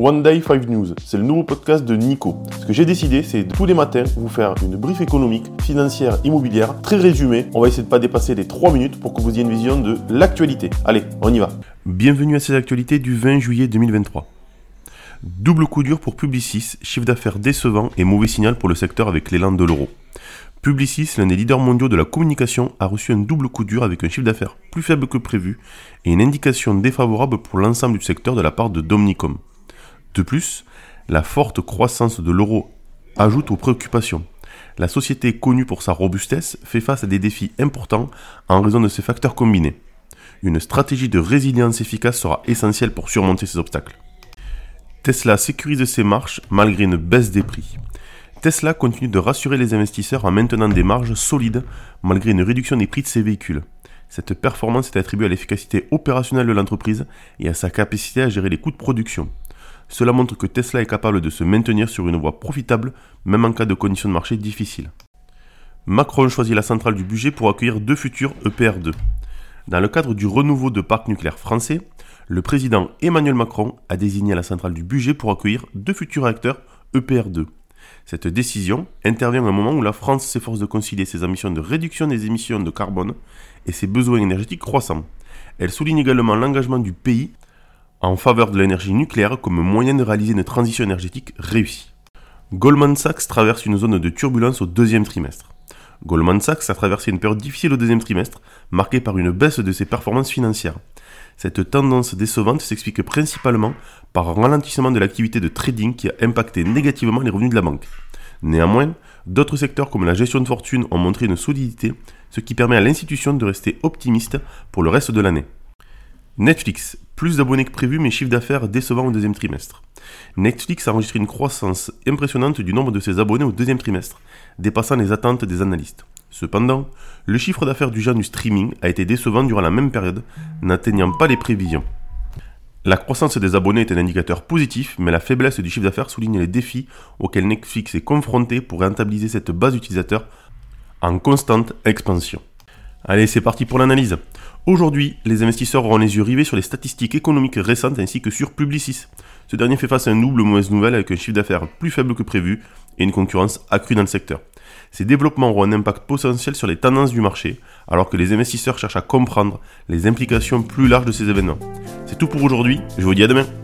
One Day 5 News, c'est le nouveau podcast de Nico. Ce que j'ai décidé, c'est de tous les matins vous faire une brief économique, financière, immobilière, très résumée. On va essayer de ne pas dépasser les 3 minutes pour que vous ayez une vision de l'actualité. Allez, on y va. Bienvenue à ces actualités du 20 juillet 2023. Double coup dur pour Publicis, chiffre d'affaires décevant et mauvais signal pour le secteur avec l'élan de l'euro. Publicis, l'un des leaders mondiaux de la communication, a reçu un double coup dur avec un chiffre d'affaires plus faible que prévu et une indication défavorable pour l'ensemble du secteur de la part de Domnicom. De plus, la forte croissance de l'euro ajoute aux préoccupations. La société, connue pour sa robustesse, fait face à des défis importants en raison de ces facteurs combinés. Une stratégie de résilience efficace sera essentielle pour surmonter ces obstacles. Tesla sécurise ses marges malgré une baisse des prix. Tesla continue de rassurer les investisseurs en maintenant des marges solides malgré une réduction des prix de ses véhicules. Cette performance est attribuée à l'efficacité opérationnelle de l'entreprise et à sa capacité à gérer les coûts de production. Cela montre que Tesla est capable de se maintenir sur une voie profitable, même en cas de conditions de marché difficiles. Macron choisit la centrale du budget pour accueillir 2 futurs EPR2. Dans le cadre du renouveau de parc nucléaire français, le président Emmanuel Macron a désigné la centrale du budget pour accueillir 2 futurs réacteurs EPR2. Cette décision intervient à un moment où la France s'efforce de concilier ses ambitions de réduction des émissions de carbone et ses besoins énergétiques croissants. Elle souligne également l'engagement du pays en faveur de l'énergie nucléaire comme moyen de réaliser une transition énergétique réussie. Goldman Sachs traverse une zone de turbulence au deuxième trimestre. Goldman Sachs a traversé une période difficile au deuxième trimestre, marquée par une baisse de ses performances financières. Cette tendance décevante s'explique principalement par un ralentissement de l'activité de trading qui a impacté négativement les revenus de la banque. Néanmoins, d'autres secteurs comme la gestion de fortune ont montré une solidité, ce qui permet à l'institution de rester optimiste pour le reste de l'année. Netflix, plus d'abonnés que prévu mais chiffre d'affaires décevant au deuxième trimestre. Netflix a enregistré une croissance impressionnante du nombre de ses abonnés au deuxième trimestre, dépassant les attentes des analystes. Cependant, le chiffre d'affaires du genre du streaming a été décevant durant la même période, n'atteignant pas les prévisions. La croissance des abonnés est un indicateur positif, mais la faiblesse du chiffre d'affaires souligne les défis auxquels Netflix est confronté pour rentabiliser cette base d'utilisateurs en constante expansion. Allez, c'est parti pour l'analyse. Aujourd'hui, les investisseurs auront les yeux rivés sur les statistiques économiques récentes ainsi que sur Publicis. Ce dernier fait face à une double mauvaise nouvelle avec un chiffre d'affaires plus faible que prévu et une concurrence accrue dans le secteur. Ces développements auront un impact potentiel sur les tendances du marché, alors que les investisseurs cherchent à comprendre les implications plus larges de ces événements. C'est tout pour aujourd'hui, je vous dis à demain.